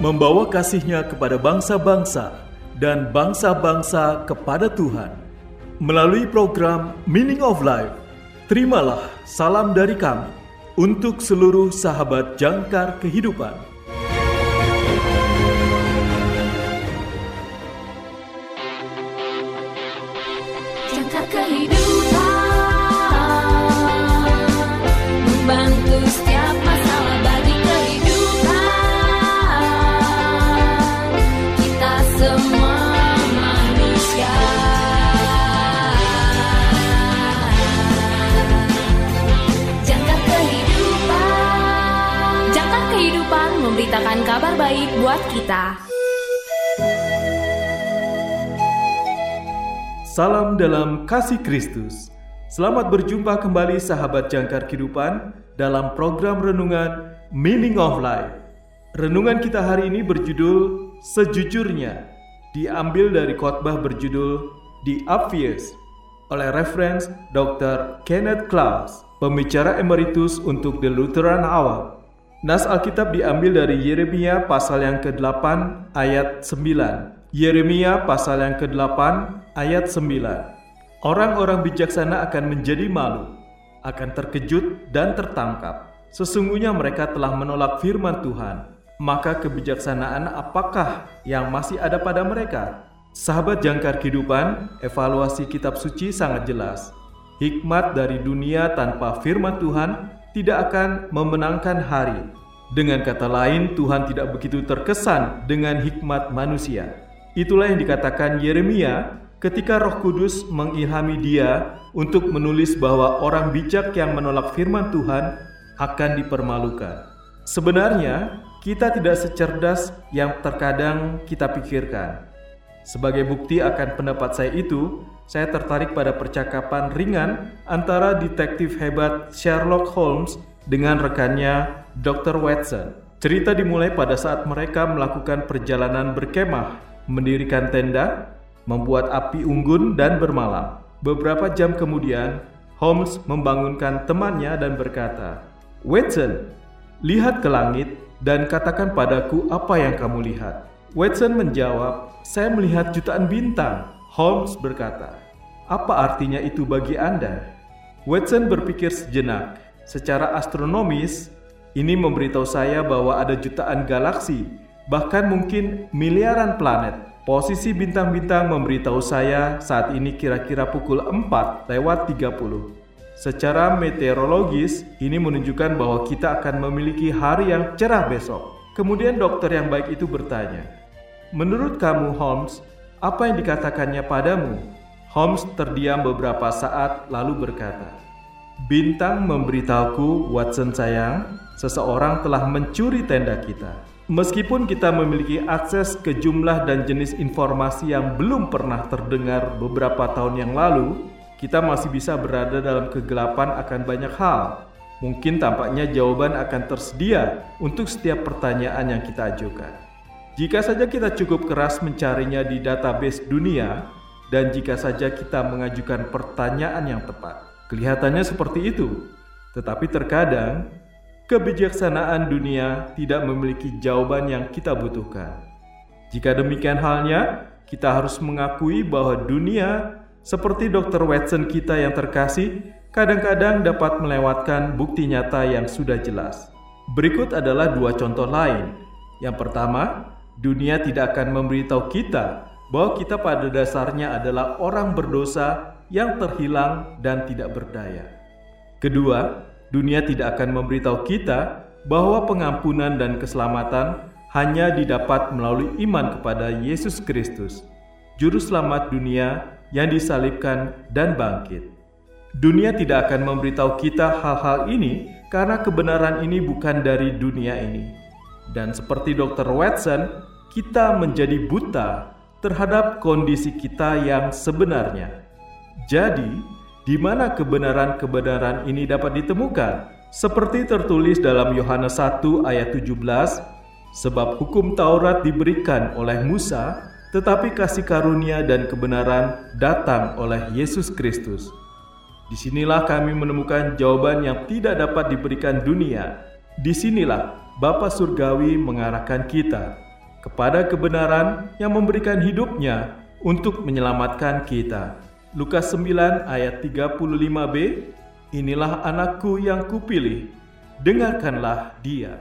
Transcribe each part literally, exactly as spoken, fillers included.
membawa kasih-Nya kepada bangsa-bangsa dan bangsa-bangsa kepada Tuhan. Melalui program Meaning of Life, terimalah salam dari kami untuk seluruh sahabat jangkar kehidupan. Jangkar kehidupan membantu setiap masalah bagi kehidupan kita semua manusia. Jangkar kehidupan, jangkar kehidupan memberitakan kabar baik buat kita. Salam dalam kasih Kristus. Selamat berjumpa kembali sahabat jangkar kehidupan dalam program renungan Meaning of Life. Renungan kita hari ini berjudul Sejujurnya, diambil dari khotbah berjudul The Obvious oleh reference doktor Kenneth Klaus, pembicara emeritus untuk The Lutheran Hour. Nas Alkitab diambil dari Yeremia pasal yang kedelapan ayat sembilan. Yeremia pasal yang kedelapan ayat sembilan. Orang-orang bijaksana akan menjadi malu, akan terkejut dan tertangkap. Sesungguhnya mereka telah menolak firman Tuhan. Maka kebijaksanaan apakah yang masih ada pada mereka? Sahabat jangkar kehidupan, evaluasi kitab suci sangat jelas. Hikmat dari dunia tanpa firman Tuhan tidak akan memenangkan hari. Dengan kata lain, Tuhan tidak begitu terkesan dengan hikmat manusia. Itulah yang dikatakan Yeremia ketika Roh Kudus mengilhami dia untuk menulis bahwa orang bijak yang menolak firman Tuhan akan dipermalukan. Sebenarnya, kita tidak secerdas yang terkadang kita pikirkan. Sebagai bukti akan pendapat saya itu, saya tertarik pada percakapan ringan antara detektif hebat Sherlock Holmes dengan rekannya dokter Watson. Cerita dimulai pada saat mereka melakukan perjalanan berkemah, mendirikan tenda, membuat api unggun dan bermalam. Beberapa jam kemudian, Holmes membangunkan temannya dan berkata, "Watson, lihat ke langit dan katakan padaku apa yang kamu lihat." Watson menjawab, "Saya melihat jutaan bintang." Holmes berkata, "Apa artinya itu bagi Anda?" Watson berpikir sejenak. Secara astronomis, ini memberitahu saya bahwa ada jutaan galaksi, bahkan mungkin miliaran planet. Posisi bintang-bintang memberitahu saya saat ini kira-kira pukul empat lewat tiga puluh. Secara meteorologis, ini menunjukkan bahwa kita akan memiliki hari yang cerah besok. Kemudian dokter yang baik itu bertanya, "Menurut kamu, Holmes, apa yang dikatakannya padamu?" Holmes terdiam beberapa saat lalu berkata, "Bintang memberitahuku, Watson sayang, seseorang telah mencuri tenda kita." Meskipun kita memiliki akses ke jumlah dan jenis informasi yang belum pernah terdengar beberapa tahun yang lalu, kita masih bisa berada dalam kegelapan akan banyak hal. Mungkin tampaknya jawaban akan tersedia untuk setiap pertanyaan yang kita ajukan. Jika saja kita cukup keras mencarinya di database dunia, dan jika saja kita mengajukan pertanyaan yang tepat. Kelihatannya seperti itu, tetapi terkadang kebijaksanaan dunia tidak memiliki jawaban yang kita butuhkan. Jika demikian halnya, kita harus mengakui bahwa dunia, seperti dokter Watson kita yang terkasih, kadang-kadang dapat melewatkan bukti nyata yang sudah jelas. Berikut adalah dua contoh lain. Yang pertama, dunia tidak akan memberitahu kita bahwa kita pada dasarnya adalah orang berdosa yang terhilang dan tidak berdaya. Kedua, dunia tidak akan memberitahu kita bahwa pengampunan dan keselamatan hanya didapat melalui iman kepada Yesus Kristus, Juru Selamat dunia yang disalibkan dan bangkit. Dunia tidak akan memberitahu kita hal-hal ini karena kebenaran ini bukan dari dunia ini. Dan seperti dokter Watson, kita menjadi buta terhadap kondisi kita yang sebenarnya. Jadi, di mana kebenaran-kebenaran ini dapat ditemukan? Seperti tertulis dalam Yohanes satu ayat tujuh belas, sebab hukum Taurat diberikan oleh Musa, tetapi kasih karunia dan kebenaran datang oleh Yesus Kristus. Disinilah kami menemukan jawaban yang tidak dapat diberikan dunia. Disinilah Bapa Surgawi mengarahkan kita. kepada kebenaran yang memberikan hidupnya untuk menyelamatkan kita. Lukas sembilan ayat tiga puluh lima b, inilah anakku yang kupilih, dengarkanlah dia.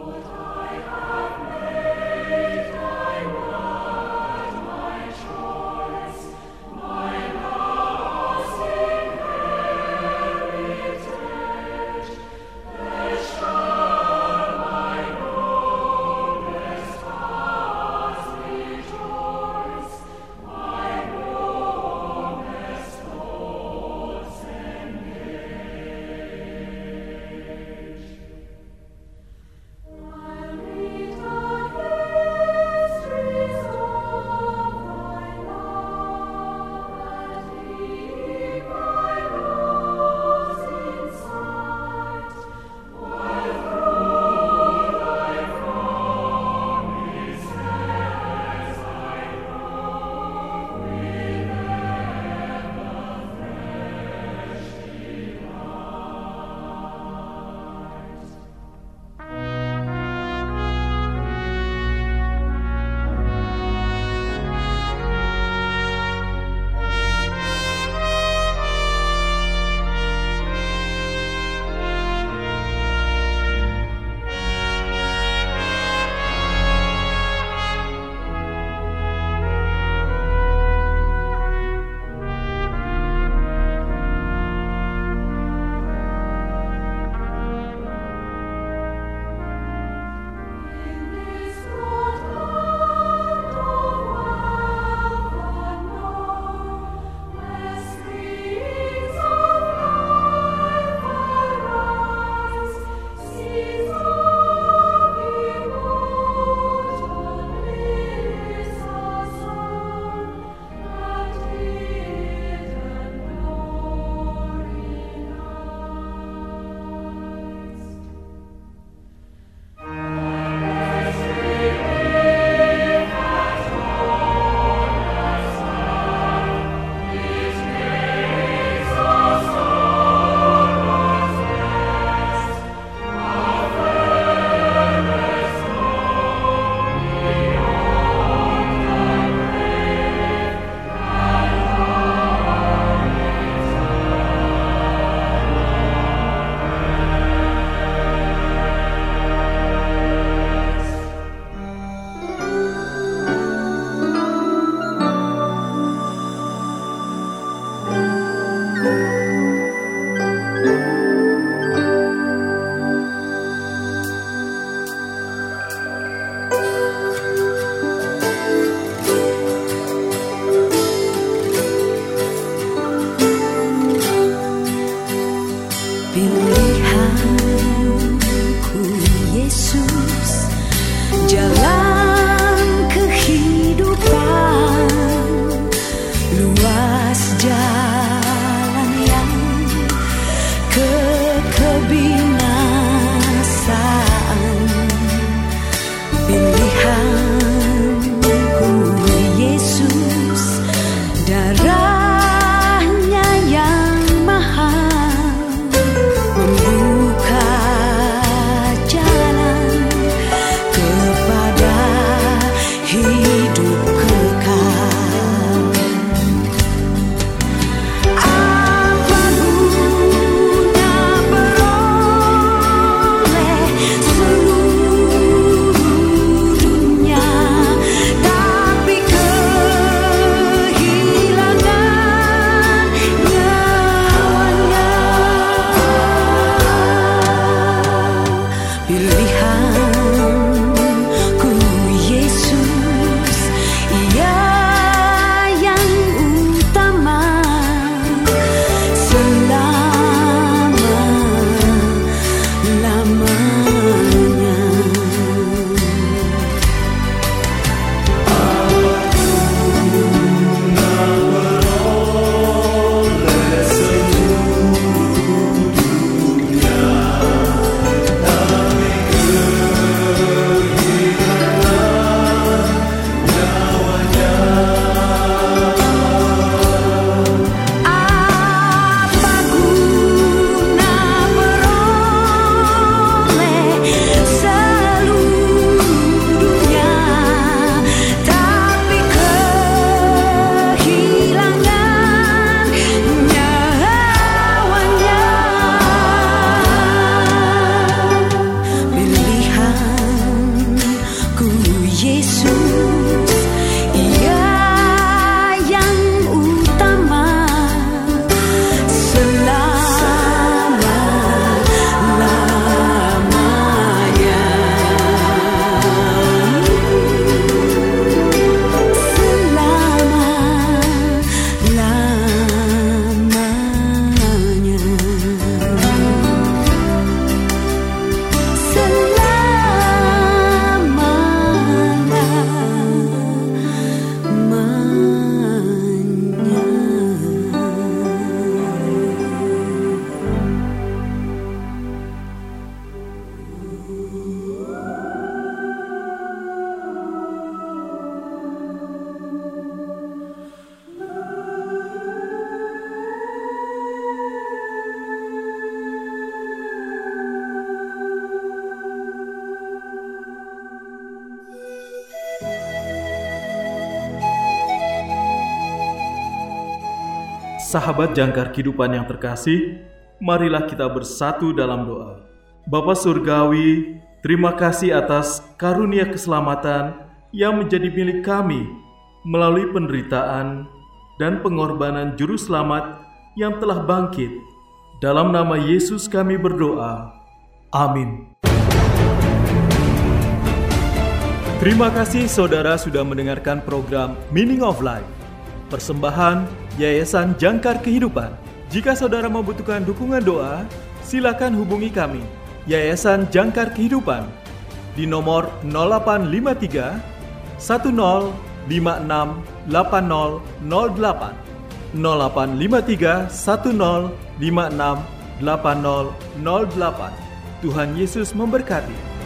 Pilihanku Yesus, jalan kehidupan, luas jalan yang ke kebinasaan. Pilihanku Yesus, darahnya yang mahal membuka jalan kepada hidup kekal. Apa guna beroleh seluruh dunia tapi kehilangan nyawanya? Pilihanku Yesus, Ia yang utama selama-lamanya. Kehilangan Sahabat jangkar kehidupan yang terkasih, marilah kita bersatu dalam doa. Bapa Surgawi, terima kasih atas karunia keselamatan yang menjadi milik kami melalui penderitaan dan pengorbanan Juru Selamat yang telah bangkit. Dalam nama Yesus kami berdoa. Amin. Terima kasih saudara sudah mendengarkan program Meaning of Life, persembahan Yayasan Jangkar Kehidupan. Jika saudara membutuhkan dukungan doa, silakan hubungi kami, Yayasan Jangkar Kehidupan, di nomor nol delapan lima tiga satu nol lima enam delapan nol nol delapan nol delapan lima tiga satu nol lima enam delapan nol nol delapan. Tuhan Yesus memberkati.